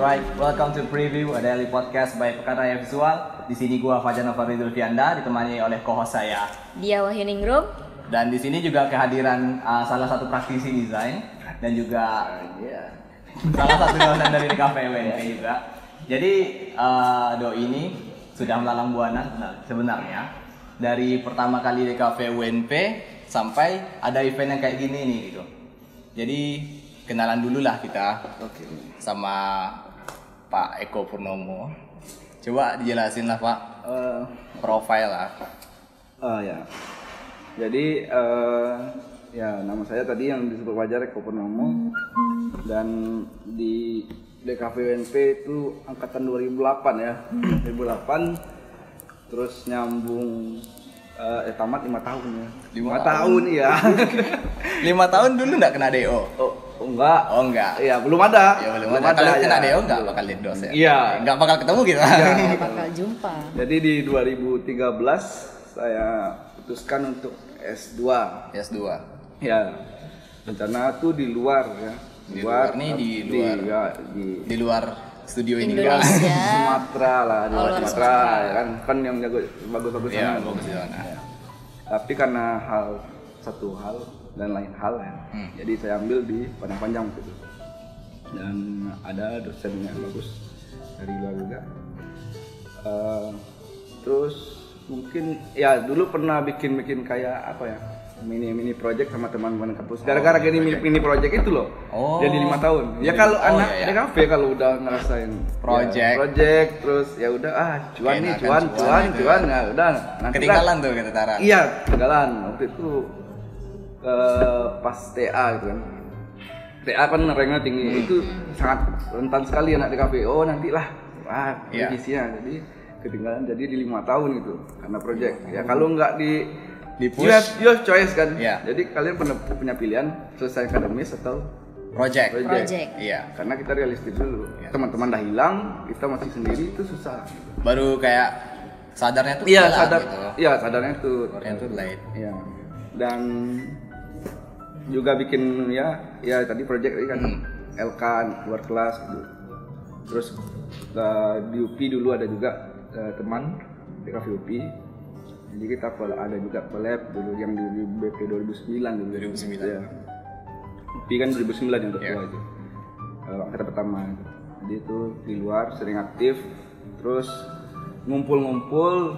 Alright, welcome to Preview, a daily podcast by Pekan Visual. Di sini gua Fajar Novaridul Fianda ditemani oleh co-host saya Dia Wahyuningrum. Dan di sini juga kehadiran salah satu praktisi desain dan juga salah satu dosen dari DKV UNP juga. Jadi Doi ini sudah melalang buana sebenarnya dari pertama kali DKV UNP sampai ada event yang kayak gini nih gitu. Jadi kenalan dulu lah kita sama Pak Eko Purnomo. Coba dijelasin lah Pak, profile lah. Ya. Jadi ya nama saya tadi yang disebut Fajar Eko Purnomo dan di DKV UNP itu angkatan 2008 ya. 2008 terus nyambung tamat 5 tahun ya. 5 tahun ya. 5 tahun dulu enggak kena DO? Enggak. Oh enggak. Iya, belum ada. Ya belum ada. Kalau kena DO enggak bakal lihat dosen. Iya. Enggak bakal ketemu kita. Enggak bakal jumpa. Jadi di 2013 saya putuskan untuk S2. S2. Ya. Rencana tuh di luar ya. Di luar di luar studio ini kan. Sumatera lah, di luar Sumatera ya kan yang bagus-bagus sana. Iya, bagus di sana. Ya. Tapi karena satu hal dan lain hal ya. Jadi saya ambil di Padang Panjang gitu. Dan ada dosen yang bagus dari luar juga. Terus mungkin ya dulu pernah bikin kayak apa ya? Mini project sama teman-teman kampus. Gara-gara gini mini project itu loh. Jadi 5 tahun. Ya kalau anak DKV kalau udah ngerasain project terus ya udah cuan nah udah nanti ketinggalan tuh kata Tara. Iya, ketinggalan. Waktu itu pas TA gitu kan. TA kan ranknya tinggi. Itu sangat rentan sekali anak DKV. Nantilah divisinya. Jadi ketinggalan jadi di 5 tahun gitu karena project. Ya kalau nggak di push, you have choice kan. Jadi kalian punya pilihan selesai akademis atau project. Iya. Karena kita realistis dulu. Teman-teman dah hilang, kita masih sendiri itu susah. Baru kayak sadarnya tuh. Iya sadar. Iya gitu. Sadarnya tuh. Itu late. Iya. Dan juga bikin ya tadi project tadi kan LK luar kelas gitu. Terus di UPI dulu ada juga teman di Cafe UPI. Jadi kita ada juga collab dulu yang di BP 2009 dulu. 2009. Ya. UPI kan 2009 yang tertua itu. Angkatan pertama. Jadi itu di luar sering aktif, terus ngumpul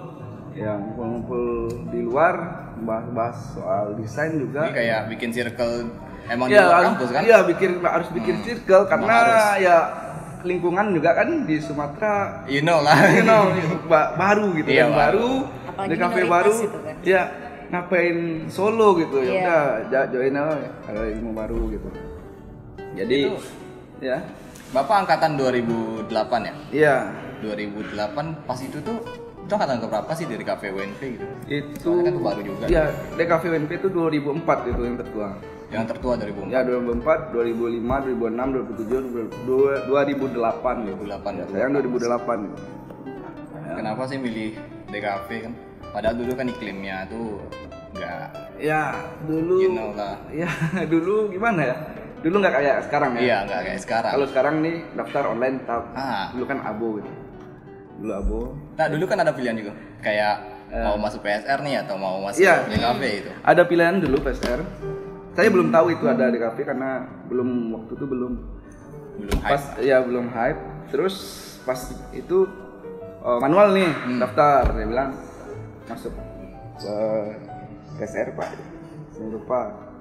di luar bahas soal desain juga. Jadi kayak bikin circle emang di luar kampus kan? Iya, harus bikin circle karena ya lingkungan juga kan di Sumatera. You know baru gitu kan, baru di kafe baru. Kan? Ya, ngapain solo gitu. Ya udah join aja ada ilmu baru gitu. Jadi itu, ya. Bapak angkatan 2008 ya? Iya. 2008 pas itu angkatan keberapa sih dari DKV UNP gitu? Itu kan itu baru juga. Iya, DKV UNP itu 2004 itu yang tertua. Yang tertua 2004. Ya 2004, 2005, 2006, 2007, 2008 gitu. 2008. Ya, sayang 2008 gitu. Kenapa sih milih DKV kan? Padahal dulu kan iklimnya tuh enggak. Ya, dulu lah. Ya, dulu gimana ya? Dulu enggak kayak sekarang ya. Iya, enggak kayak sekarang. Kalau sekarang nih daftar online dulu kan abo gitu. Dulu abo. Nah, dulu kan ada pilihan juga. Kayak mau masuk PSR nih atau mau masuk DKV itu. Ada pilihan dulu PSR. Saya belum tahu itu ada DKV karena waktu itu belum hype. Belum hype. Terus pas itu manual nih daftar, dia bilang masuk ke PSR Pak. Saya lupa.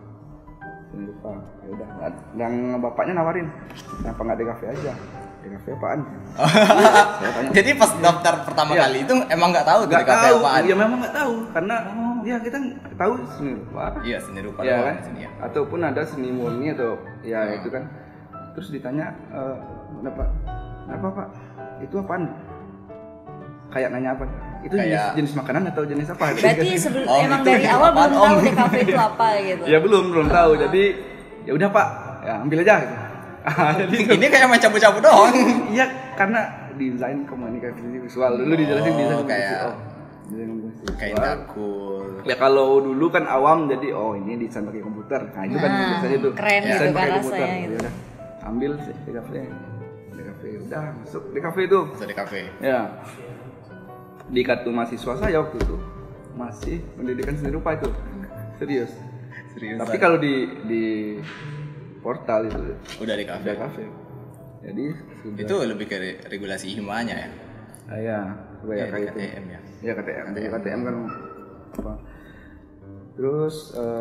Ya udah. Dan bapaknya nawarin, kenapa nggak DKV aja? DKV apaan? Jadi pas daftar pertama kali itu emang nggak tahu DKV apaan? Iya memang nggak tahu karena kita tahu seni rupa. Iya seni rupa kan? Ataupun ada seni murni atau itu kan. Terus ditanya kenapa Pak? Itu apaan? Kayak nanya apa? Itu jenis makanan atau jenis apa? Berarti emang dari awal belum tahu DKV itu apa gitu. Ya belum tahu. Jadi ya udah Pak, ya ambil aja gitu. Jadi ini kayak main cabut-cabut doang. Iya, karena desain komunikasi visual dulu dijelasin desain kayak takut. Ya kalau dulu kan awam jadi ini desain pakai komputer. Nah, itu kan biasanya tuh keren desain gitu pakai kan komputer. rasanya gitu. Ya udah. Ambil sih DKV. DKV. Udah masuk DKV itu. Masuk DKV. Ya. Di kartu mahasiswa saya waktu itu masih pendidikan seni rupa itu. Serius. Tapi kalau di portal itu udah DKV. Jadi itu lebih ke regulasi himanya ya. Iya, supaya kayak itu. KTM ya. Iya KTM. Jadi KTM kan apa? Terus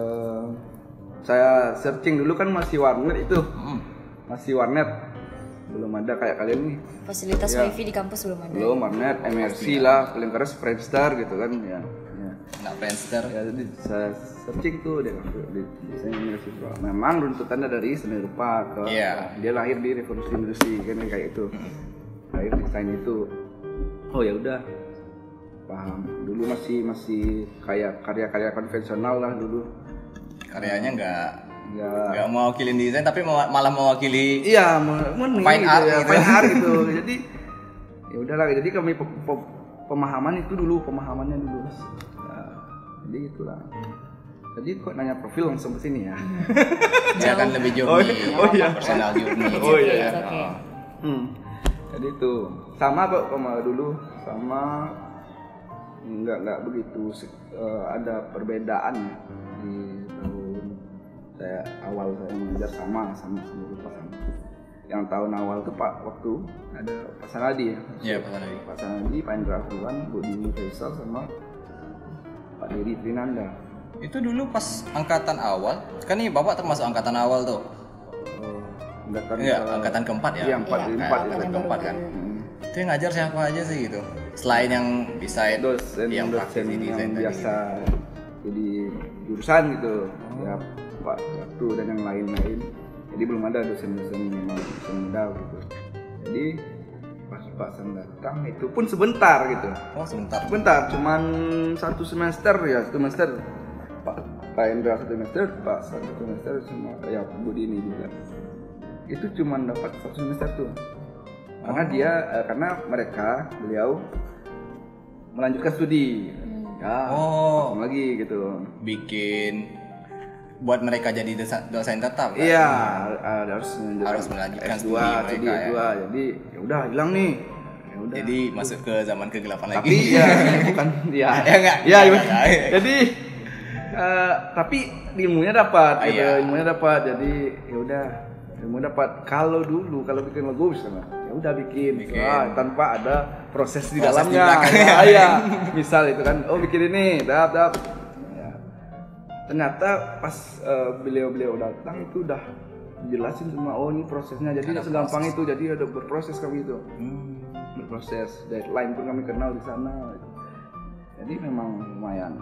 saya searching dulu kan masih warnet itu. Masih warnet. Belum ada kayak kalian nih. Fasilitas wifi di kampus belum ada. Belum warnet, MRC lah, paling keras Friendster gitu kan ya. Nggak Friendster. Ya jadi saya searching tuh di desain industri. Memang runtutannya dari seni rupa ke dia lahir di revolusi industri kan kayak itu. Lahir desain itu. Oh ya udah. Paham. Dulu masih kayak karya-karya konvensional lah dulu. Karyanya nggak mewakili desain tapi malah mewakili fine art gitu. Fine art gitu. Jadi ya udahlah, jadi kami pemahamannya dulu. Jadi itulah. Jadi kok nanya profil langsung ke sini ya? Ya kan lebih jauh personal journey. Oh iya. Jadi itu sama kok sama dulu, sama nggak begitu ada perbedaan di tahun awal saya mengajar sama lupa sama. Yang tahun awal tuh waktu ada Pak Sanadi ya. Iya Pak Sanadi, Pak Indra Afwan, Bu Dini Faisal sama Pak Diri Trinanda. Itu dulu pas angkatan awal, kan nih Bapak termasuk angkatan awal tuh. Angkatan keempat ya? Iya, angkatan keempat kan. Itu yang ngajar siapa aja sih gitu? Selain yang desain, yang praktisi desain yang biasa jadi jurusan gitu. Ya Pak Ratu dan yang lain-lain. Jadi belum ada dosen-dosen memang dosen muda gitu. Jadi pas Pak Sam datang itu pun sebentar gitu. Oh sebentar, cuman 1 semester ya, 1 semester. Pak Indra 1 semester, Pak 1 semester sama ya Bu Dini juga. Itu cuma dapat 1 semester tuh. Karena beliau melanjutkan studi. Langsung lagi gitu. Bikin buat mereka jadi dosen tetap kan? Iya, harus melanjutkan S2, studi mereka ya. Jadi ya udah hilang nih. Yaudah. Jadi masuk ke zaman kegelapan lagi. Tapi ya bukan ya. Jadi tapi ilmunya dapat gitu. Ilmunya dapat. Jadi ya udah, ilmu dapat. Kalau bikin lagu bisa ya udah bikin. Tanpa ada proses di dalamnya. Iya. Misal itu kan, bikin ini, dap. Ternyata pas beliau datang itu udah jelasin semua, ini prosesnya, jadi tidak segampang itu, jadi ada berproses kami itu, berproses, deadline pun kami kenal di sana, jadi memang lumayan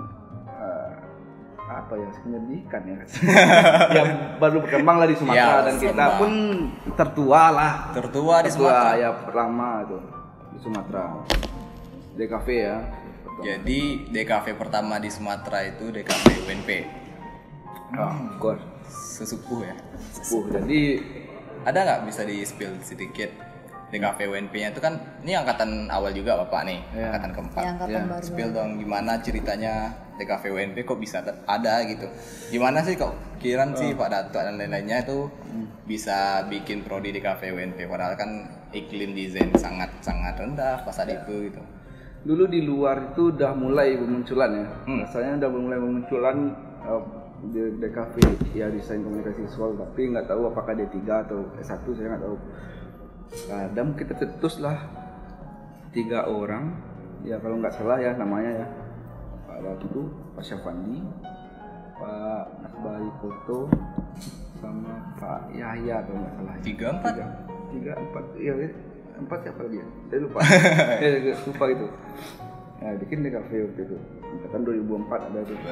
menyedihkan ya, yang baru berkembang lah di Sumatera dan kita pun tertua di Sumatera ya, pertama itu di Sumatera, DKV ya. Jadi DKV pertama di Sumatera itu DKV UNP. Of course. Sesepuh ya. Jadi ada nggak bisa di spill sedikit DKV UNP-nya itu kan ini angkatan awal juga Bapak nih, angkatan keempat. Baru. Spill dong gimana ceritanya DKV UNP kok bisa ada gitu. Gimana sih kok kiran sih Pak Dato dan lain-lainnya itu bisa bikin prodi DKV UNP padahal kan iklim desain sangat rendah pas saat itu gitu. Dulu di luar itu udah mulai bermunculan ya. Rasanya udah mulai bermunculan di DKV ya, desain komunikasi visual, tapi nggak tahu apakah D3 atau S1, saya nggak tahu. Kadang kita cetus lah 3 orang ya kalau nggak salah ya namanya ya, Pak Ratu, Pak Syafandi, Pak Nasbari Koto sama Pak Yahya kalau nggak salah. 3, 4 ya. 4 siapa dia? Saya lupa. Lupa itu. Ya, bikin DKV waktu itu. Angkatan 2004 ada itu.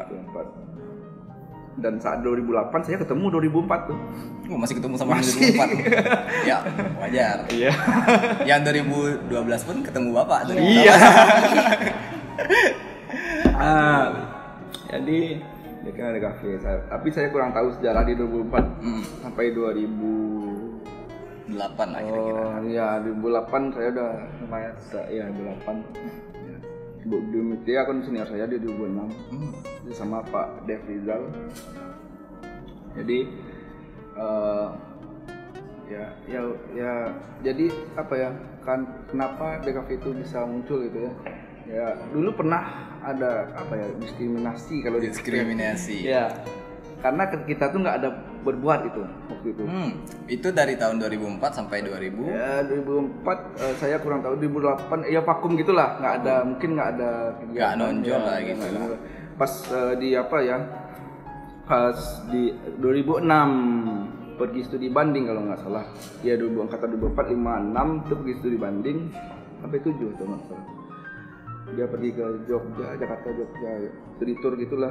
2004. Dan saat 2008 saya ketemu 2004 tuh. Masih ketemu sama 2004. Ya, wajar. Iya. Yang 2012 pun ketemu Bapak tuh. Iya. Jadi DKV. Tapi saya kurang tahu sejarah di 2004 sampai 2008 lah kira-kira. Ya 2008 saya udah lumayan ya 2008. Ya. Bu Dimitria kan senior saya di 2006. Sama Pak Dev Rizal. Jadi ya jadi apa ya kan kenapa DKV itu bisa muncul gitu ya. Ya dulu pernah ada apa ya diskriminasi kalau diskriminasi. Ya karena kita tuh nggak ada berbuat itu waktu itu. Itu dari tahun 2004 sampai 2000. Ya 2004 saya kurang tahu 2008 ya vakum gitulah nggak ada mungkin nggak ada nggak nonjol lah gitu lah. Pas di apa ya pas di 2006 pergi studi banding kalau nggak salah ya 2004 56 itu pergi studi banding sampai 7 itu nggak salah. Dia pergi ke Jakarta Jogja studi tour gitulah.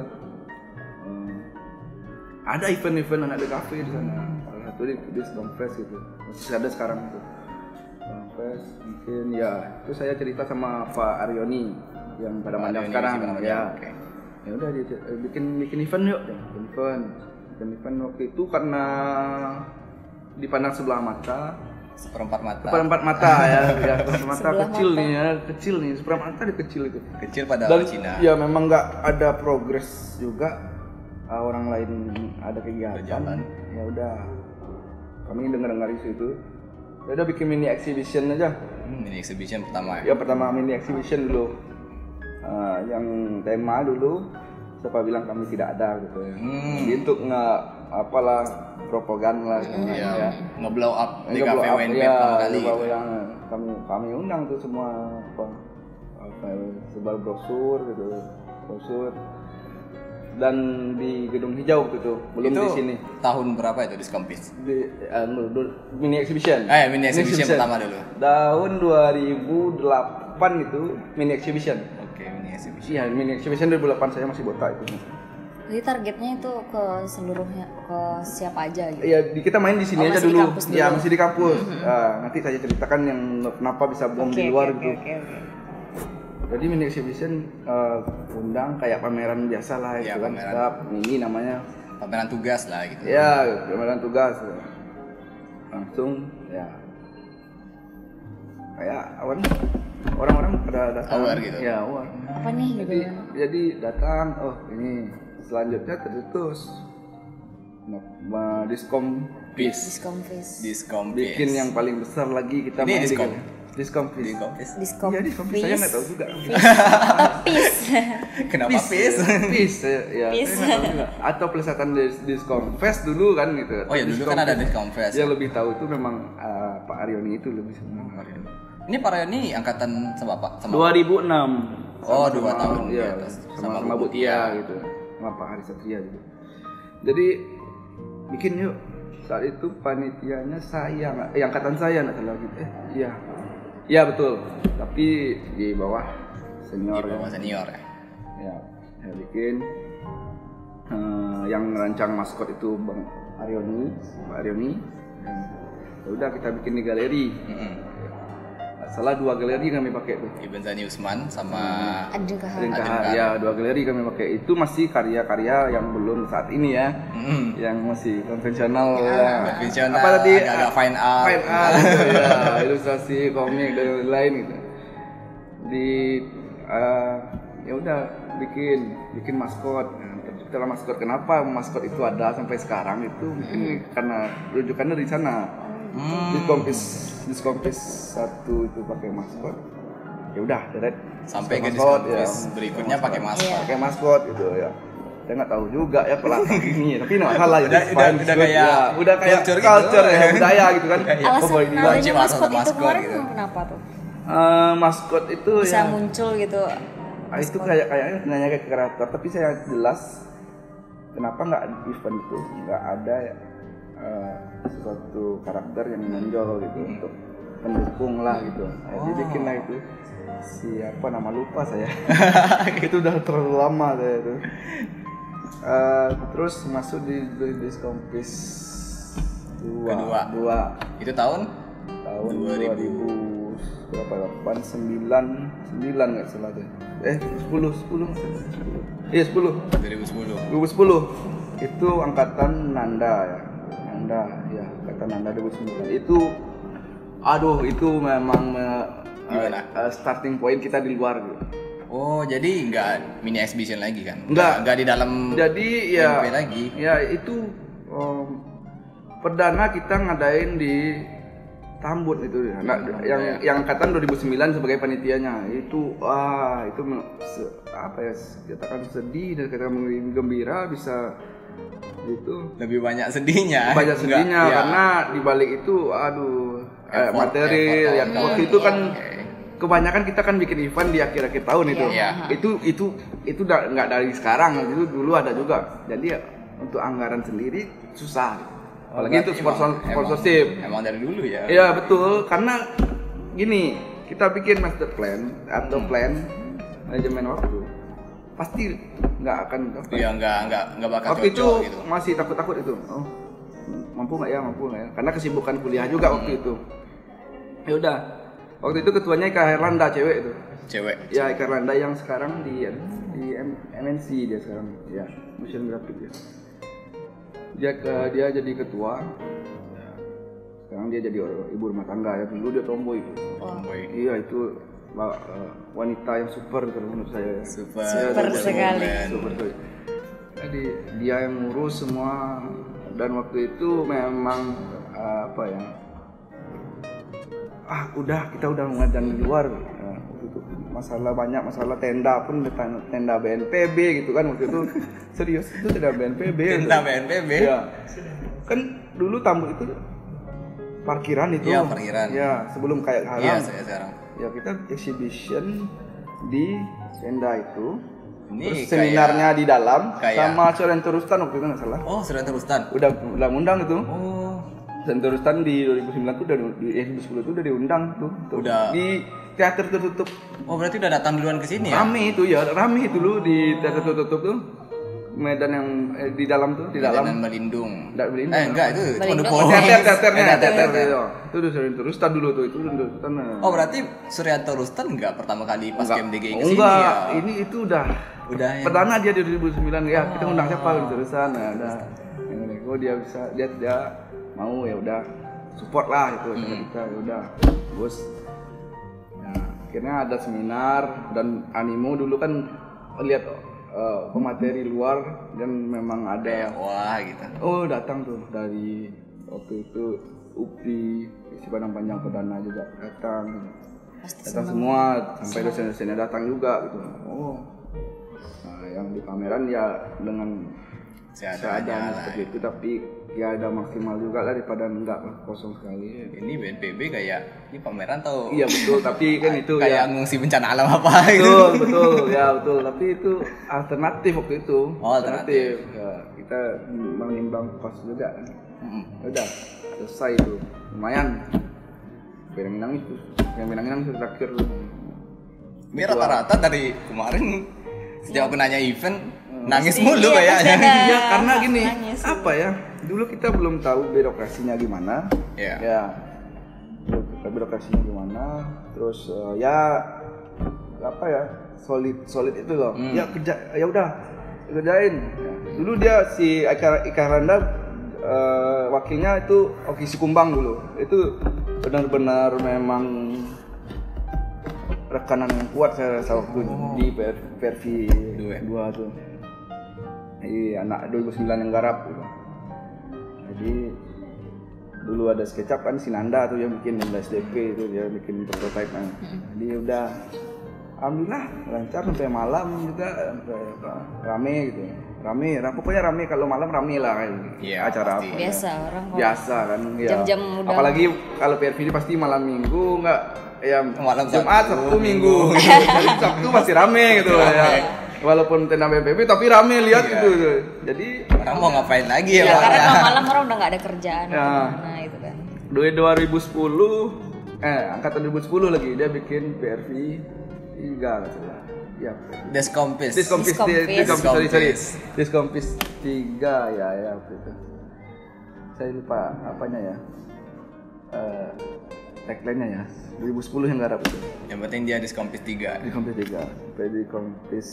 Ada event-event anak DKV di sana. Salah satu di Discom Fest gitu. Masih ada sekarang itu. Fest mungkin ya. Itu saya cerita sama Pak Aryoni yang pada Manjang sekarang ya. Okay. Ya udah dia bikin event yuk, bikin event waktu itu karena dipandang sebelah mata. Seperempat mata ya, seperempat mata kecil nih, seperempat mata dia kecil itu. Kecil pada dan, Cina. Ya memang nggak ada progres juga. Orang lain ada kegiatan, ya udah kami dengar itu, ya udah bikin mini exhibition aja. Mini exhibition pertama. Ya pertama mini exhibition dulu, yang tema dulu siapa bilang kami tidak ada gitu ya. Jadi untuk nggak apalah propaganda lah, ya. Nge-blow up di DKV WNP pertama kali. Yang kami undang tuh semua sebar brosur gitu, dan di Gedung Hijau gitu, belum itu di sini. Tahun berapa itu Diskompis? Mini exhibition. Mini exhibition pertama dulu. Tahun 2008 itu mini exhibition. Oke, mini exhibition. Iya, mini exhibition 2008 saya masih botak itu. Jadi targetnya itu ke seluruhnya, ke siapa aja gitu? Iya, kita main di sini aja dulu. Ya, masih di kampus. Nanti saya ceritakan yang kenapa bisa bom di luar gitu. Jadi mini exhibition undang kayak pameran biasa lah ya, itu kan. Mini namanya. Pameran tugas lah gitu. Ya, pameran tugas. Langsung ya. Kayak orang-orang pada datang. Aware gitu. Ya, aware. Apa nih gitu? Jadi datang, oh ini selanjutnya terus Diskompis. Bikin yang paling besar lagi kita ini main Diskompis. Iya, Diskompis. Saya nggak tahu juga. Kenapa Pis? Pis, ya. Saya nggak tahu juga. Atau pelesatan Diskompis dulu kan gitu. Oh ya dulu kan ada Diskompis. Yang lebih tahu itu memang Pak Aryoni itu lebih senang. Ini Pak Aryoni angkatan sama Pak? 2006. Oh, 2 tahun di atas. Sama Bu Tia gitu. Sama Pak Hari Satria gitu. Jadi bikin yuk. Saat itu panitianya saya, angkatan saya nggak salah gitu. Iya. Iya betul. Tapi di bawah senior. Di bawah senior ya. Ya, saya bikin yang rancang maskot itu Bang Aryoni, Pak Aryoni. Ya udah kita bikin di galeri. Salah 2 galeri kami pakai tuh. Ibn Zani Usman sama Adengkahar. Ya 2 galeri kami pakai. Itu masih karya-karya yang belum saat ini ya. Yang masih konvensional. Konvensional. Apa tadi? Agak fine art. Fine art gitu, ya, ilustrasi komik dan lain gitu. Ya udah bikin maskot. Setelah maskot, kenapa maskot itu ada sampai sekarang itu karena rujukannya dari sana. Diskompis 1 itu pakai maskot. Ya udah, sampai ke Diskompis berikutnya pakai maskot. Pakai maskot gitu ya. Saya nggak tahu juga ya pelakon ini, tapi nggak salah ya. Udah kayak culture ya, budaya gitu kan. Alasan namanya maskot itu kemarin gitu. Kenapa tuh? Maskot itu bisa ya muncul gitu. Itu kayaknya nanya ke kreator, tapi saya jelas kenapa nggak event itu nggak ada sesuatu karakter yang menonjol gitu untuk mendukung lah gitu. Jadi bikin lah itu siapa nama lupa saya. Itu udah terlalu lama saya itu. Terus masuk di Diskompis 2. Itu tahun 2000 berapa? 9 nggak salah deh. 10. Iya 10. 2010. Itu angkatan Nanda ya. Angkatan Nanda 2009. Itu memang starting point kita di luar gitu. Oh, jadi nggak mini exhibition lagi kan? Nggak di dalam. Jadi ya WNP lagi. Ya itu perdana kita ngadain di Tambun itu ya. Yang angkatan 2009 sebagai panitianya. Itu apa ya? Katakan sedih dan katakan gembira bisa itu. Lebih banyak sedihnya. Banyak sedihnya ya. karena di balik itu materi yang waktu itu kan kebanyakan kita kan bikin event di akhir-akhir tahun itu. Itu nggak dari sekarang, itu dulu ada juga. Jadi untuk anggaran sendiri susah. Apalagi itu sponsorship. Emang dari dulu ya. Iya betul, karena gini, kita bikin master plan atau plan manajemen waktu pasti nggak akan Iya nggak bakal waktu cocok itu gitu. masih takut itu. Mampu nggak ya, karena kesibukan kuliah juga waktu itu. Ya udah, waktu itu ketuanya Ika Herlanda, cewek itu. Cewek. Ya Ika Herlanda yang sekarang di MNC dia sekarang, ya motion graphic ya. Dia jadi ketua. Sekarang dia jadi ibu rumah tangga ya. Dulu dia tomboy. Iya itu wanita yang super menurut saya. Super sekali. Super. Jadi dia yang ngurus semua dan waktu itu memang kita udah ngadain di luar. Banyak masalah tenda pun tenda BNPB gitu kan waktu itu. Serius itu tenda BNPB. Tenda BNPB. Ya. Kan dulu Tambun itu parkiran itu. Iya, parkiran. Ya, sebelum kayak haram. Iya, saya sekarang. Ya, kita exhibition di tenda itu. Ini terus seminarnya di dalam sama Sorrento Rustan waktu itu nggak salah. Oh, Sorrento Rustan. Udah undang itu. Oh. Sorrento Rustan di 2009 tuh di 2010 tuh udah diundang tuh. Udah. Di teater tertutup. Oh, berarti udah datang duluan ke sini ya? Rame itu dulu di teater tertutup tuh. Medan yang di dalam tuh, di dalam. Medan Melindung. Enggak, itu Melindung. teaternya. Itu udah Suryanto Rustan dulu tuh, itu Suryanto Rustan. Oh, berarti Suryanto Rustan enggak pertama kali pas KMDGI ke sini enggak, ya? ini itu udah ya? Perdana dia di 2009 ya, kita undang siapa Suryanto Rustan. Nah, udah. Dia bisa, dia mau ya udah support lah itu sama kita, ya udah. Bos. Nah, akhirnya ada seminar dan animo dulu kan lihat pemateri luar dan memang ada gitu. Oh datang tuh dari waktu itu UPI isi Padang Panjang Perdana juga datang semua sampai dosen-dosennya datang juga gitu. Nah yang di pameran ya dengan seadanya seperti itu, tapi ya ada maksimal juga lah daripada enggak kosong sekali. Ini BNPB kayak ini pameran tau? Iya betul, tapi kan itu kayak ngungsi bencana alam apa gitu. Betul, tapi itu alternatif waktu itu. Alternatif. Ya, kita menimbang kos juga kan. Udah selesai itu, lumayan. Benang-benang itu terakhir. Ini rata-rata dari kemarin setiap aku nanya event nangis mulu kayaknya. Iya karena gini, apa ya? Dulu kita belum tahu birokrasinya gimana. Ya. Birokrasinya gimana. Terus solid itu loh. Ya udah kerjain. Dulu dia si Ika Randa wakilnya itu Oki Sikumbang dulu. Itu benar-benar memang rekanan yang kuat saya rasa waktu di PRV 2 tuh. Anak 2009 yang garap gitu. Jadi dulu ada SketchUp kan Sinanda tuh yang bikin SDP itu dia bikin prototype kan. Jadi udah alhamdulillah lancar sampai malam juga rame gitu. Pokoknya rame kalau malam rame lah acara apa. Biasa orang biasa kan ya. Jam-jam udah. Apalagi kalau PRV ini pasti malam Minggu enggak ya malam Jumat, Sabtu, Minggu. Jadi Sabtu masih rame gitu ya. Walaupun tenda BNPB tapi rame lihat gitu. Jadi orang mau ngapain lagi ya? Karena kalau malam orang udah nggak ada kerjaan. Nah itu kan. 2010 angkatan 2010 lagi dia bikin PRV 3 katanya. Ya. Diskompis 3 ya gitu. Saya lupa apanya ya. Tagline-nya ya 2010 yang garap itu. Yang penting dia Diskompis 3. Diskompis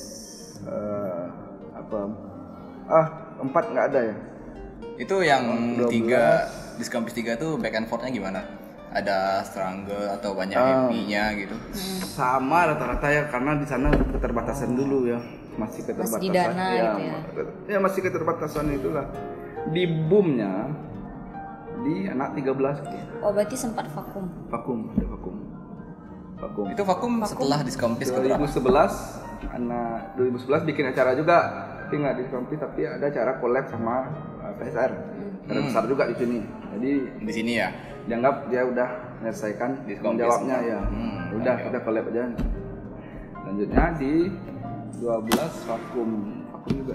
4 nggak ada ya. Itu yang 3 Diskompis 3 tuh back and forth-nya gimana? Ada struggle atau banyak happy-nya gitu? Sama rata-rata ya karena di sana keterbatasan dulu ya. Masih keterbatasan. Masih di dana gitu ya. Ya masih keterbatasan itulah. Di boomnya Jadi anak 13 Oh berarti sempat vakum. vakum. Itu vakum setelah diskompis ke berapa? 2011 anak 2011 bikin acara juga, tapi nggak diskompis, tapi ada acara collab sama PSR. Ada besar juga di sini. Jadi Di sini ya. dianggap dia udah menyelesaikan Diskompis. jawabnya ya. Udah oke. kita collab aja. Lanjutnya di 12 vakum juga.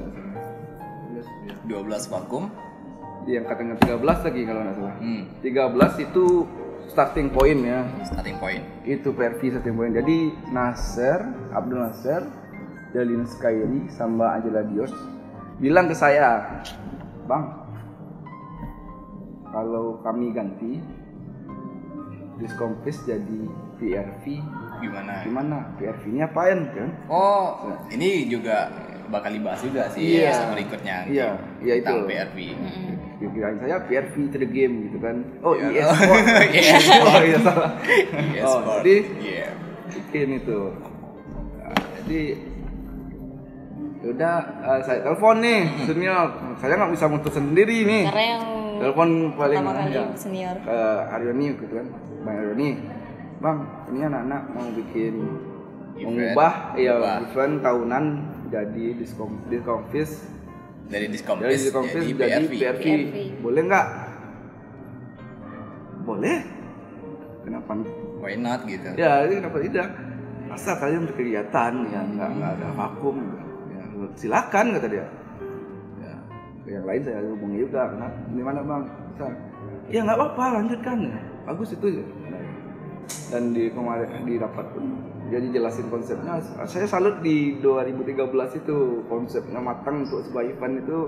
12 vakum. Di angkatan 13 lagi kalau nggak salah. 13 itu starting point ya. Starting point. Itu PRV starting point. Jadi Abdul Nasser, Jalin Skyri sama Angela Dios bilang ke saya, "Bang, kalau kami ganti diskompis jadi PRV, Gimana? PRV ini apain kan?" Oh, ini juga bakal dibahas juga sih Iya. berikutnya. Iya, tentang itu. PRV. Kirain saya PRV to the game gitu kan. Oh, Iya. ES-Sport. Oh, iya salah. Sport. Jadi Iya. bikin itu. Nah, jadi udah saya telepon nih senior. Saya nggak bisa mutus sendiri nih. Karena yang Telepon paling pertama kali ya, senior. ke Aryoni gitu kan. Bang Aryoni, "Bang, ini anak-anak mau bikin mengubah event tahunan jadi diskompis Dari diskompis jadi jadi PRV. PRV. Boleh nggak?" Boleh. Kenapa? Why not gitu? Ya, ini kenapa tidak? Asal kalian berkegiatan ya, nggak ada vakum. Ya, silakan kata dia. Ya, ke yang lain saya hubungi juga. Kenapa? Di mana bang? Ya nggak apa-apa, lanjutkan ya. Bagus itu ya. Dan di kemarin di rapat pun jadi jelasin konsepnya. Saya salut di 2013 itu konsepnya matang untuk sebuah event itu,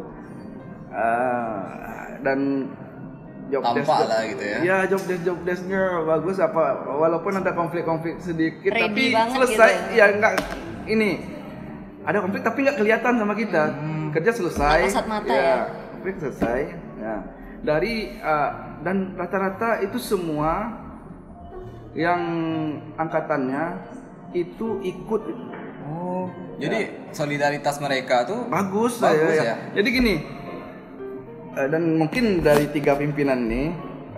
dan job Tampak desk lah gitu ya. Iya, job desknya bagus, apa walaupun ada konflik sedikit Ready tapi banget selesai gitu. ya. Enggak ini ada konflik tapi nggak kelihatan sama kita. Kerja selesai. Nggak kasat mata ya. Konflik selesai. Ya. Dari dan rata-rata itu semua yang angkatannya itu ikut. Oh, jadi solidaritas mereka tuh Bagus Bagus ya. ya. Jadi gini, dan mungkin dari 3 pimpinan nih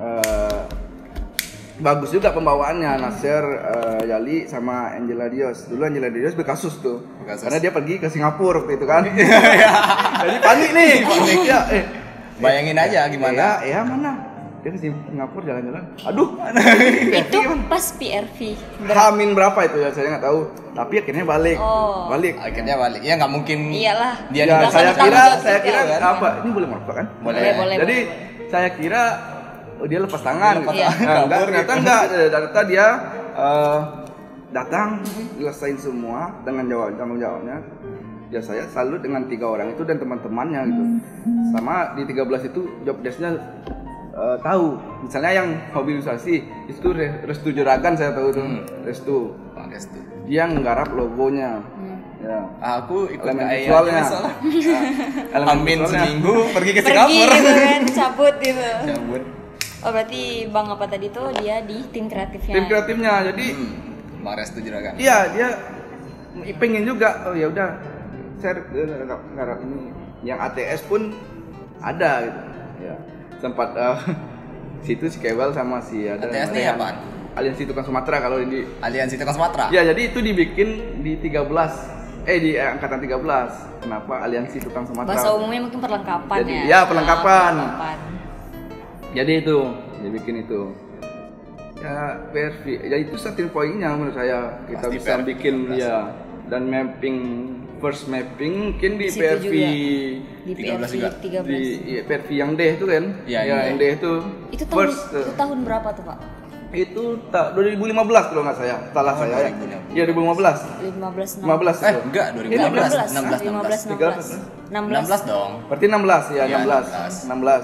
bagus juga pembawaannya. Nasir, Yali sama Angela Dios. Dulu Angela Dios berkasus tuh. Berkasus. Karena dia pergi ke Singapura waktu itu kan. Jadi panik nih. Ya, bayangin aja gimana. Ya mana? Dia ke Singapura jalan-jalan. Aduh. Itu pas PRV. Hamin berapa itu ya saya nggak tahu. Tapi akhirnya balik. Balik. Akhirnya balik. Ya nggak mungkin. Iyalah. Dia Ya, di saya belakang kira juga, kan? apa? Ini boleh merokok kan? Boleh. Jadi saya kira dia lepas tangan. Dia lepas Gitu. tangan. Nah, Kabur ternyata gitu. enggak. Ternyata dia datang, nyelesain semua dengan tanggung jawabnya. Ya saya salut dengan 3 orang itu dan teman-temannya gitu. Sama di 13 itu job desk-nya tahu. Misalnya yang mobilisasi itu Restu Juragan, saya tahu tuh. Restu. Bang Restu. Dia nggarap logonya. Ya. Aku ikut Elemen ke visualnya. soalnya. Amin visualnya. seminggu pergi ke Pergi Singapura. gitu kan, cabut gitu. Cabut. Oh berarti Bang apa tadi tuh dia di tim kreatifnya. Tim kreatifnya. Jadi Bang Restu Juragan. iya, dia pengen juga. Oh ya udah, saya ngarap ini yang ATS pun ada gitu. Ya. Sempat situ si Kewal sama si ada ATS ini Rehan. apaan? Aliansi Tukang Sumatera kalau di. Aliansi Tukang Sumatera. Ya, jadi itu dibikin di 13. Di angkatan 13. Kenapa Aliansi Tukang Sumatera? Bahasa umumnya mungkin perlengkapan Jadi, ya. ya, perlengkapan. Perlengkapan. Jadi itu, dia bikin itu. Ya, PRV. Ya itu starting point-nya menurut saya. Kita Pasti bisa PRV bikin 13. ya, dan mapping first mapping mungkin di Di situ PRV juga. Di 13 PRV juga. 13. di PRV yang D itu kan? Iya, ya, yang yang D itu. Itu tahun first. itu tahun berapa tuh, Pak? Itu 2015 kalau nggak saya. Salah saya ya. 2015. Iya 2015. 15 15 itu. Enggak, 2016. 16. 16. 16 dong. Berarti 16 ya, Iya, 16. 16.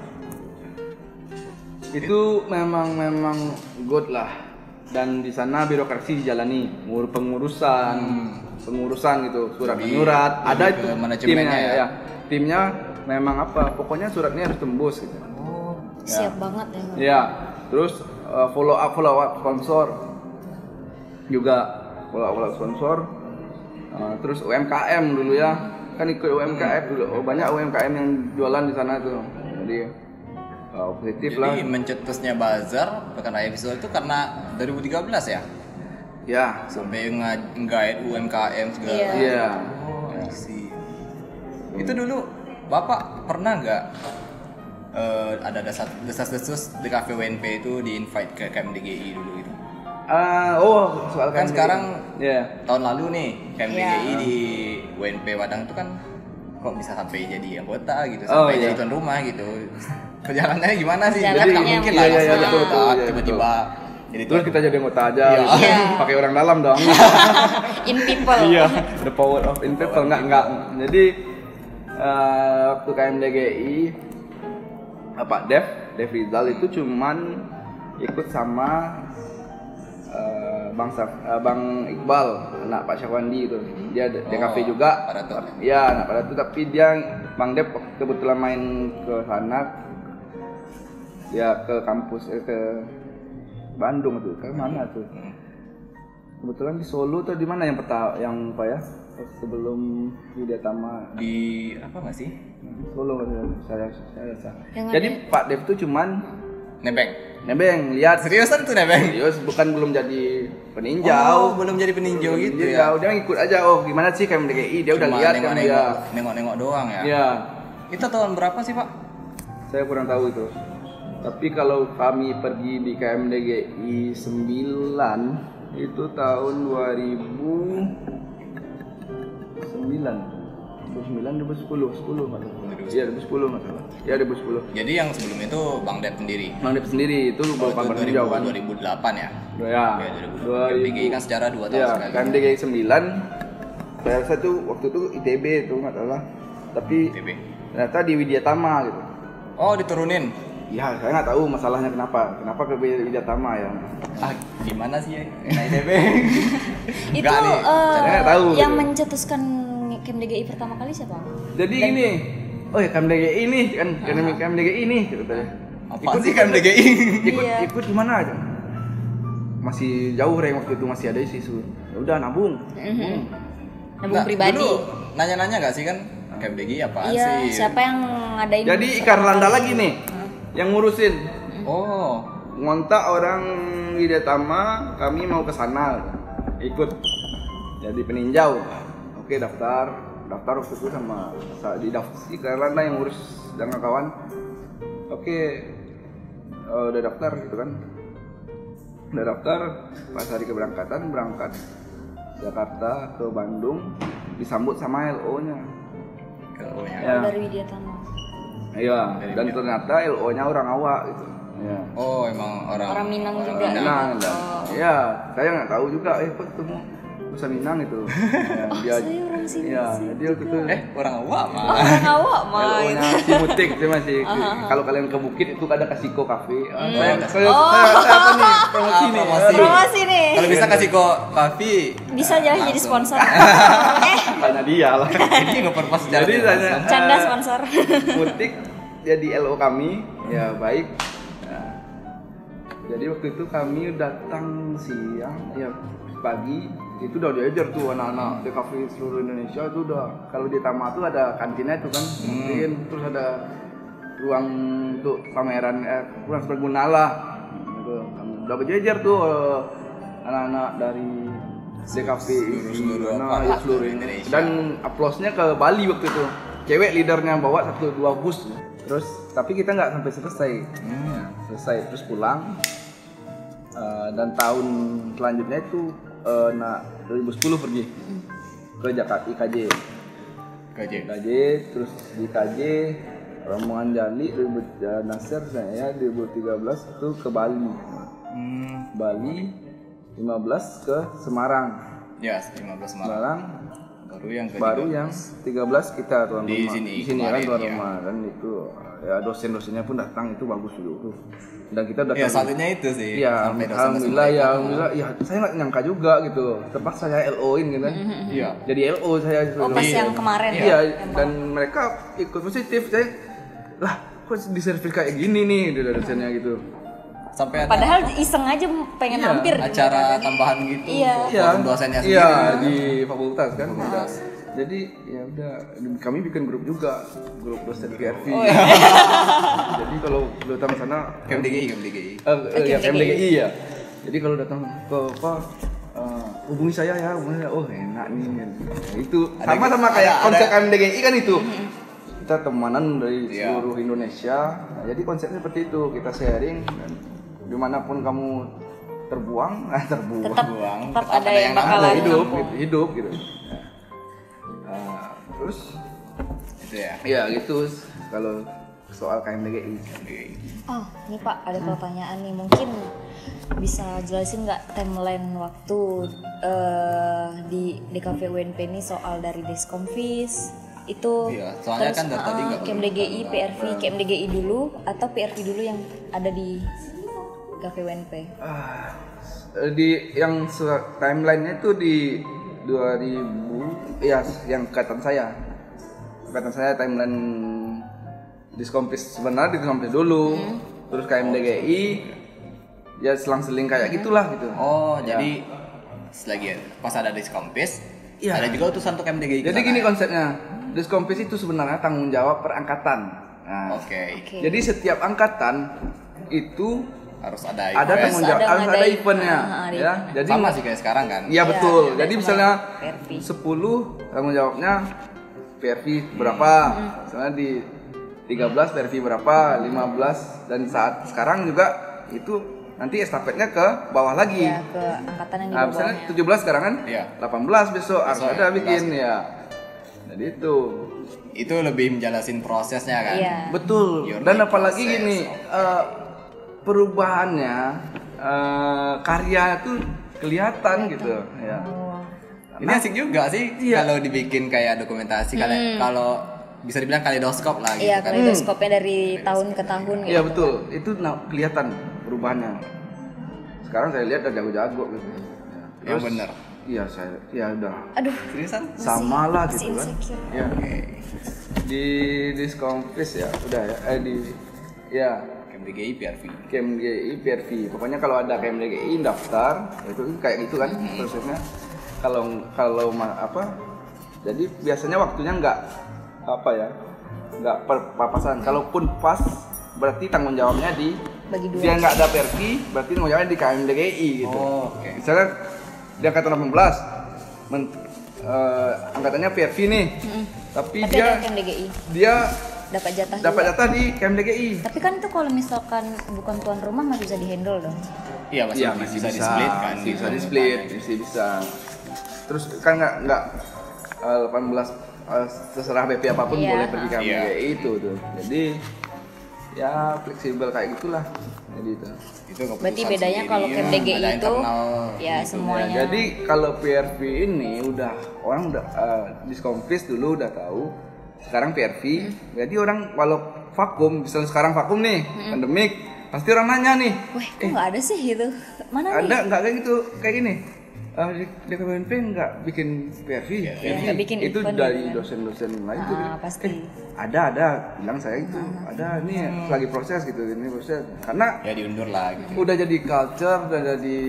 Itu memang good lah. Dan di sana birokrasi dijalani, pengurusan gitu, surat Lebih- menyurat, ada lebih itu ke manajemennya timnya ya. ya. Timnya memang apa? Pokoknya suratnya harus tembus gitu. Siap banget ya. Ya, terus follow up sponsor juga, follow up sponsor. Terus UMKM dulu ya, kan ikut UMKM dulu. Banyak UMKM yang jualan di sana tuh. Jadi positif lah. Jadi mencetusnya Bazar Pekan Raya Visual itu karena 2013 ya? Ya. Sampai nge-guide UMKM segala. Iya. Oh, I see. Itu dulu Bapak pernah nggak ada desas-desus di Cafe WNP itu di-invite ke KMDGI dulu itu? Soal Kan sekarang tahun lalu nih KMDGI Iya. di WNP Padang itu kan kok bisa sampai jadi anggota gitu, sampai jadi tuan rumah gitu. Perjalanannya gimana sih? Kan nggak mungkin lah langsung anggota tiba-tiba. Jadi terus kita jadi anggota aja, gitu. Iya. Pakai orang dalam dong. In people. Iya, the power of in people. Enggak. Jadi waktu KMDGI Pak Dev Rizal itu cuman ikut sama Bang Iqbal, anak Pak Syafandi itu. Dia DKV juga. Iya, anak pada itu, tapi dia Bang Dev kebetulan main ke sana. Ya ke kampus ke Bandung tuh. Ke mana tuh? Kebetulan di Solo tuh di mana yang apa ya? Sebelum Widya Tama di apa nggak sih? Solo saya. Yang Jadi Pak Dev tuh cuman nebeng lihat. Seriusan tuh nebeng? Serius, bukan belum jadi peninjau. Belum jadi peninjau gitu ya. ya? Dia ngikut aja, gimana sih KMDGI, dia udah lihat kan dia. Nengok-nengok doang ya? Iya. Itu tahun berapa sih Pak? Saya kurang tahu itu. Tapi kalau kami pergi di KMDGI 9 itu tahun 2010 masalah. Iya 2010 masalah. Iya 2010. Jadi yang sebelum itu Bang Dev sendiri? Bang Dev sendiri itu bapak peninjau kan. 2008 ya? Ya. KMDGI kan secara 2 tahun ya, sekali. KMDGI 9 saya rasa tuh waktu itu ITB itu nggak salah. Tapi ITB. ternyata di Widya Tama gitu. Oh diturunin? Ya saya nggak tahu masalahnya kenapa ke Widya Tama ya. Gimana sih ya? ITB? Itu saya nggak tahu. yang gitu. mencetuskan KMDGI pertama kali siapa? Jadi gini, oh ya KMDGI ini kan, KMDGI ini gitu tadi. Apa sih KMDGI? Ikut gimana aja? Masih jauh Reng waktu itu masih ada isu. Ya udah nabung. Nabung pribadi. Dulu nanya-nanya nggak sih kan KMDGI apaan Iya, sih? siapa yang ngadain? Jadi Ikar Landa lagi nih yang ngurusin. Oh, Ngontak orang Widya Tama, kami mau ke sana. Ikut jadi peninjau. Oke, daftar waktu itu sama di Ikar Landa yang ngurus dengan kawan. Oke, udah daftar gitu kan. Udah daftar, pas hari keberangkatan berangkat Jakarta ke Bandung disambut sama LO-nya. LO-nya. Dari Widya Tama. Iya, dan ternyata LO-nya orang awak gitu. Ya. Oh, emang orang Minang juga. Minang, iya, saya nggak tahu juga. Kok ketemu Nusa Minang itu. Ya, Saya orang sini. Iya, dia waktu itu. orang awak mah. Orang awak main. LO-nya si Mutik itu masih. Kalau kalian ke Bukit itu ada Kasiko Cafe. Saya apa nih? Promosi nih. Promosi nih. Kalau bisa kasih kok Kavi. Bisa jadi sponsor. Tanya dia lah. Ini nge-purpose secara Jadi tidak tanya langsung. Canda sponsor. Mutik jadi LO kami, ya baik. Nah, jadi waktu itu kami datang siang, ya pagi itu udah diajar tuh anak-anak di kafe seluruh Indonesia itu udah. Kalau di Tama tuh ada kantinnya itu kan, kantin, terus ada ruang untuk pameran, ruang serbaguna lah. Gitu. Udah berjejer tuh anak-anak dari DKV seluruh Indonesia. Dan aplausnya ke Bali waktu itu. Cewek leadernya bawa 1-2 bus. Terus tapi kita nggak sampai selesai terus pulang. Dan tahun selanjutnya itu 2010 pergi ke Jakarta IKJ terus di IKJ rombongan Jali Nasir saya 2013 itu ke Bali. Bali 15 ke Semarang. Ya, 15 Semarang. Baru yang 13 kita tuan di rumah. Sini Kan tuan rumah dan itu ya dosen-dosennya pun datang, itu bagus dulu tuh. Dan kita udah salutnya itu sih. Iya, alhamdulillah ya saya nggak nyangka juga gitu. Terpaksa saya LO-in gitu kan. Iya. Jadi LO saya Oh, pas yang kemarin. Iya, dan mereka ikut positif. Saya lah kok diservis kayak gini nih dari dosennya gitu. Sampai padahal iseng aja pengen mampir acara tambahan gitu. Iya. Dosennya sendiri. Iya, di fakultas kan. Jadi ya udah, kami bikin grup juga, grup dosen PRV. Jadi kalau datang sana KMDGI. ya KMDGI ya. Jadi kalau datang ke hubungi saya ya, oh enak nih. Ya, itu sama kayak konsep KMDGI kan itu. Kita temanan dari seluruh Indonesia. Nah, jadi konsepnya seperti itu, kita sharing dan dimanapun kamu terbuang. Tetap ada yang bakalan hidup gitu. Terus itu ya. Ya gitu kalau soal KMDGI. Oh, ini Pak, ada pertanyaan nih. Mungkin bisa jelasin nggak timeline waktu di DKV UNP ini soal dari Diskomfis itu? Iya, soalnya kan dari tadi nggak KMDGI, PRV, KMDGI dulu atau PRV dulu yang ada di DKV UNP? Di yang timelinenya itu di 2000 ya, yang angkatan saya timeline Diskomfis sebenarnya Diskomfis dulu, terus KMDGI ya selang-seling kayak gitulah gitu. Oh, ya. jadi selagi pas ada Diskomfis, ya. ada juga utusan untuk KMDGI. Jadi gini konsepnya, Diskomfis itu sebenarnya tanggung jawab per angkatan. Nah, Oke. Jadi setiap angkatan itu Harus ada tanggung jawab, harus ada eventnya, ya. Jadi sama sih kayak sekarang kan. Iya betul. Ya, jadi misalnya PRV. 10 tanggung jawabnya PRV berapa, misalnya di 13 PRV berapa, 15 dan saat sekarang juga itu nanti estafetnya ke bawah lagi. Ya, ke angkatan yang di Nah, misalnya bawahnya. 17 sekarang kan, Iya. 18 besok harus Besok ada 18. bikin ya. Jadi Itu lebih menjelasin prosesnya kan. Iya. betul. Your Dan life apalagi process. gini, perubahannya karya itu kelihatan gitu ya. Oh. Ini asik juga sih kalau dibikin kayak dokumentasi kalau bisa dibilang kaleidoskop lah gitu Iya, kan. kaleidoskopnya dari tahun ke tahun gitu. Iya betul, itu kelihatan perubahannya. Sekarang saya lihat udah jago-jago gitu. Yang bener. Iya saya, ya udah Aduh, Seriusan? sama lah masih gitu kan. insecure. Ya. Di Diskomfis ya, udah ya KMDGI PRV. KMDGI PRV. Pokoknya kalau ada KMDGI daftar, itu kayak gitu kan prosesnya. Kalau jadi biasanya waktunya nggak papasan. Kalaupun pas berarti tanggung jawabnya Bagi dua. dia nggak ada PRV, berarti tanggung jawabnya di KMDGI gitu. Oh, oke. Misalnya di angkatan 18 angkatannya PRV nih, tapi Tapi dia ada KMDGI dia dapat jatah dapat juga. jatah di KMDGI. Tapi kan itu kalau misalkan bukan tuan rumah masih bisa dihandle dong. Iya, masih bisa di-split kan. Bisa di-split, bisa. Terus kan nggak 18 terserah BP apapun Iya. boleh pergi ke Iya. KMDGI itu tuh. Jadi ya fleksibel kayak gitulah. Jadi itu. Itu keputusan Berarti bedanya sendiri, kalau ada KMDGI itu internal ya gitu. semuanya. Ya, jadi kalau PRV ini orang udah Diskomfis dulu udah tahu. Sekarang PRV, jadi orang walau vakum, misalnya sekarang vakum nih, pandemik, pasti orang nanya nih, Wah, kok nggak ada sih gitu? Mana nih? ada nggak kayak gitu, kayak gini? Di DKWNP nggak bikin PRV, nggak bikin itu event dari gitu kan. dosen-dosen lain tuh bilang, Pasti. ada, bilang saya itu, ada nih lagi proses gitu, ini proses, karena Ya diundur lah gitu. udah jadi culture, udah jadi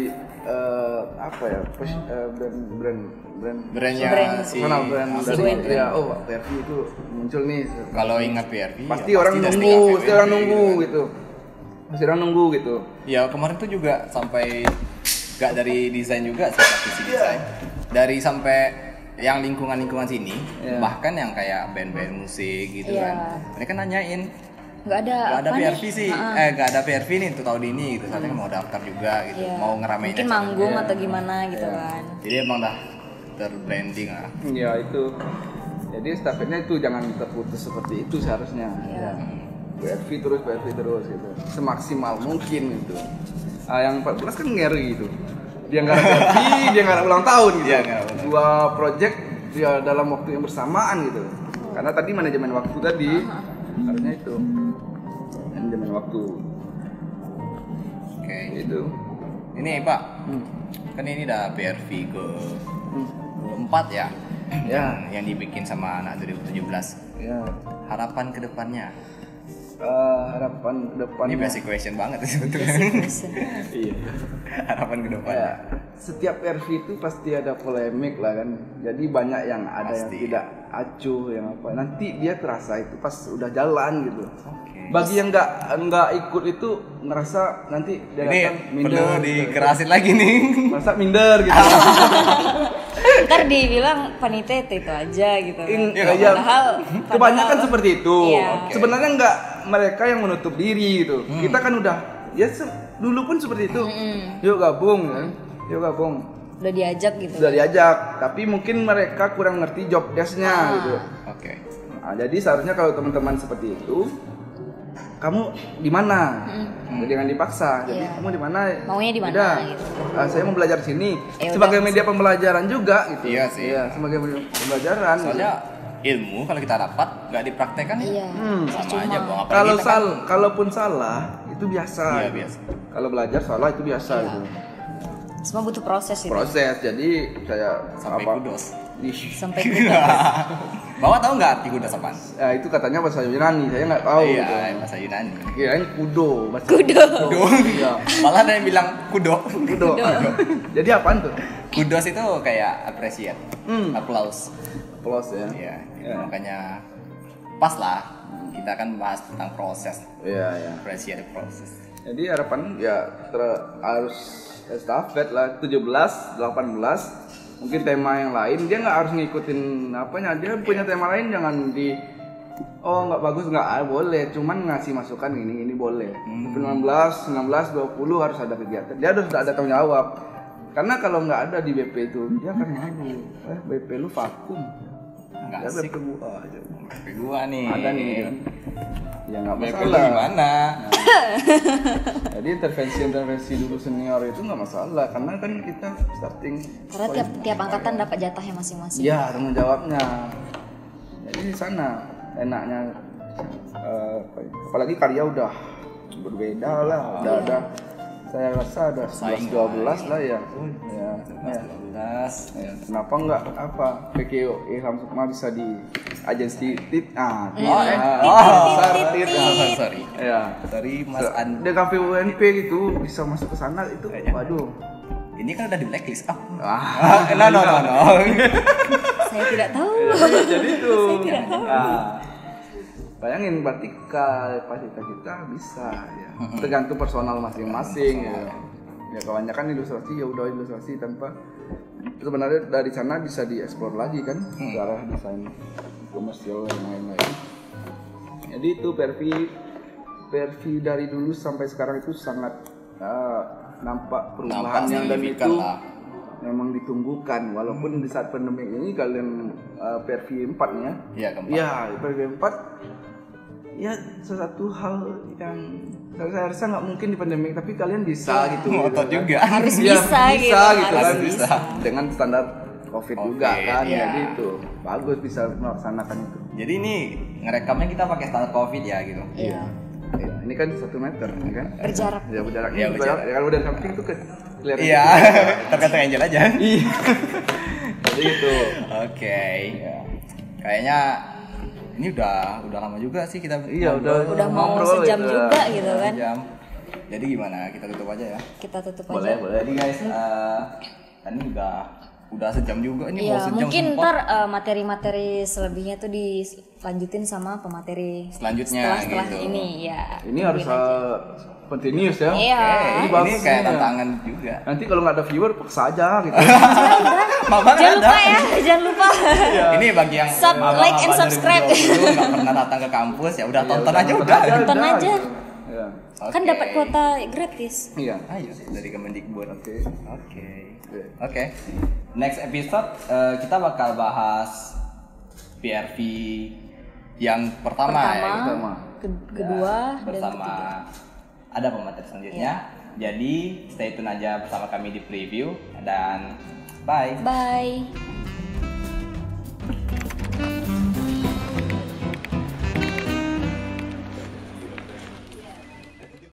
Brandnya Brand. si personal brand si dari UNP. ya, PRV itu muncul nih. kalau ingat PRV Pasti ya orang dari nunggu, KPWNP pasti orang nunggu kan. gitu. Pasti orang nunggu gitu. Ya kemarin tuh juga sampai gak dari desain juga sih praktisi desain. Dari sampai yang lingkungan sini, Iya. bahkan yang kayak band-band musik gitu Iya. kan. Mereka nanyain, Nggak ada. gak ada apa PRV nih? sih, gak ada PRV nih untuk tahun ini gitu. Soalnya mau daftar juga gitu, Iya. mau ngeramein Mungkin acara. manggung Iya. atau gimana gitu kan. Jadi emang dah terbranding lah. Ya itu. Jadi stafetnya itu jangan terputus seperti itu seharusnya. Iya. PRV terus gitu. Semaksimal mungkin gitu. Yang 14 kan ngeri gitu. Dia nggak ada PRV, dia nggak ada ulang tahun gitu. Iya, nggak ada ulang tahun. Dua project dia dalam waktu yang bersamaan gitu. Karena tadi manajemen waktu tadi harusnya itu manajemen waktu Oke. itu. Ini Pak, kan ini udah PRV ke 4 ya. Ya. Yang dibikin sama anak 2017. Ya. Harapan kedepannya harapan ke depan. Ini basic question banget sebetulnya. Iya. Harapan ke depan. Ya, setiap RV itu pasti ada polemik lah kan. Jadi banyak yang ada yang Pasti. tidak acuh, yang apa. Nanti dia terasa itu pas udah jalan gitu. Oke. Bagi yang nggak ikut itu ngerasa nanti dia Ini datang minder. perlu gitu. dikerasin lagi nih. Merasa minder gitu. Ntar dibilang panitia itu aja gitu. Ya, Padahal kebanyakan seperti itu. Iya. Oke. Sebenarnya nggak mereka yang menutup diri gitu. Kita kan udah ya dulu pun seperti itu. Yuk gabung kan. Yuk gabung. udah diajak gitu. Sudah diajak, tapi mungkin mereka kurang ngerti job desk-nya gitu. Oke. Nah, jadi seharusnya kalau teman-teman seperti itu, kamu di mana? Jadi jangan dipaksa. Jadi Iya. kamu di mana? Maunya di mana, Udah. gitu. Saya mau belajar sini. Ya Sebagai udah. media pembelajaran juga gitu. Iya sih. Iya, sebagai media pembelajaran. Soalnya ilmu kalau kita dapat nggak dipraktekkan ya Iya. sama aja buang apa Kalau kita kan. kalaupun salah itu biasa. Iya, gitu. biasa. Kalau belajar salah itu biasa Iya. gitu. Semua butuh proses itu. Proses. Jadi saya Sampai kudos. Sampai kuda. Bawa tahu nggak arti kudos apaan? Ya, itu katanya bahasa Yunani, saya nggak tahu. Iya, gitu. bahasa Yunani. Kirain kudo. Bahasa Kudo. Kudo. Iya. Malah ada yang bilang kudo. Kudo. Jadi apaan tuh? Kudos itu kayak appreciate, applause. Plus ya. Iya, itu makanya pas lah. Kita kan bahas tentang proses, Iya, iya. appreciate the process. Jadi harapan ya harus estafet lah 17, 18. Mungkin tema yang lain dia nggak harus ngikutin apanya, dia punya tema lain jangan di nggak bagus nggak boleh, cuman ngasih masukan ini boleh. 19, 19, 20 harus ada kegiatan. Dia harus ada tanggung jawab. Karena kalau nggak ada di BP itu dia akan malu. BP lu vakum. Nggak Ya, asik. BP gua aja. BP gua nih. Ada nih kan. Ya nggak BP lu masalah. gimana? Jadi intervensi dulu senior itu nggak masalah karena kan kita starting. Karena tiap angkatan dapat jatahnya masing-masing. Iya, tanggung jawabnya. Jadi di sana enaknya apalagi karya udah berbeda lah, udah ada. Saya rasa ada 11 12 lah ya. Ya. 12. Ya. Kenapa nggak PKO Ilham Sukma bisa di agensi tit? Sorry. Ya. Sorry Mas An. DKV UNP gitu bisa masuk ke sana itu. Waduh. Ini kan udah di blacklist. Ah, No. Saya tidak tahu. jadi itu. Saya tidak tahu. Bayangin berarti kapasitas kita bisa ya. Tergantung personal masing-masing ya. Ya kebanyakan ilustrasi ya udah ilustrasi tanpa sebenarnya dari sana bisa dieksplor lagi kan ke arah desain komersial dan lain-lain. Jadi itu Pervi dari dulu sampai sekarang itu sangat nampak perubahan yang dan signifikan itu lah. memang ditunggukan walaupun di saat pandemi ini kalian Pervi 4 nya Iya, keempat. ya Pervi 4 ya sesuatu hal yang saya rasa nggak mungkin di pandemi tapi kalian bisa gitu Ngotot gitu kan. juga. Harus Iya, bisa gitu. kan Harus bisa. dengan standar COVID juga Covid, kan iya. jadi itu bagus bisa melaksanakan itu. Jadi ini ngerekamnya kita pakai standar COVID ya gitu. Iya. Ya, ini kan 1 meter ya kan Berjarak. ya berjarak. Iya, berjarak. Ya, kalau dari samping tuh kelihatan Iya, gitu. tergantung Angel aja. Iya. Jadi itu. Oke. Ya. Kayaknya ini udah lama juga sih kita Iya, Udah mau ngobrol sejam ya. juga gitu kan. jam. Jadi gimana? Kita tutup aja ya. Kita tutup Boleh, aja. boleh. Jadi guys, ini udah sejam juga ini Iya, mau sejam mungkin sempat. ntar materi-materi selebihnya tuh dilanjutin sama pemateri Selanjutnya setelah gitu. ini ya. Ini harus continuous ya. Iya. Ini bagus kayak nih. tantangan juga. Nanti kalau nggak ada viewer paksa aja gitu. Mama Jangan lupa ya, jangan lupa. Ini bagi yang Like and subscribe. nggak pernah datang ke kampus ya udah tonton aja udah. Tonton aja. gitu. Iya. Kan Oke. dapat kuota gratis. Iya. Ayo dari Kemendikbud. Oke. Oke. Next episode kita bakal bahas PRV yang pertama ya. Pertama. Kedua dan Bersama ada pemateri selanjutnya. Jadi stay tune aja bersama kami di preview dan bye. bye.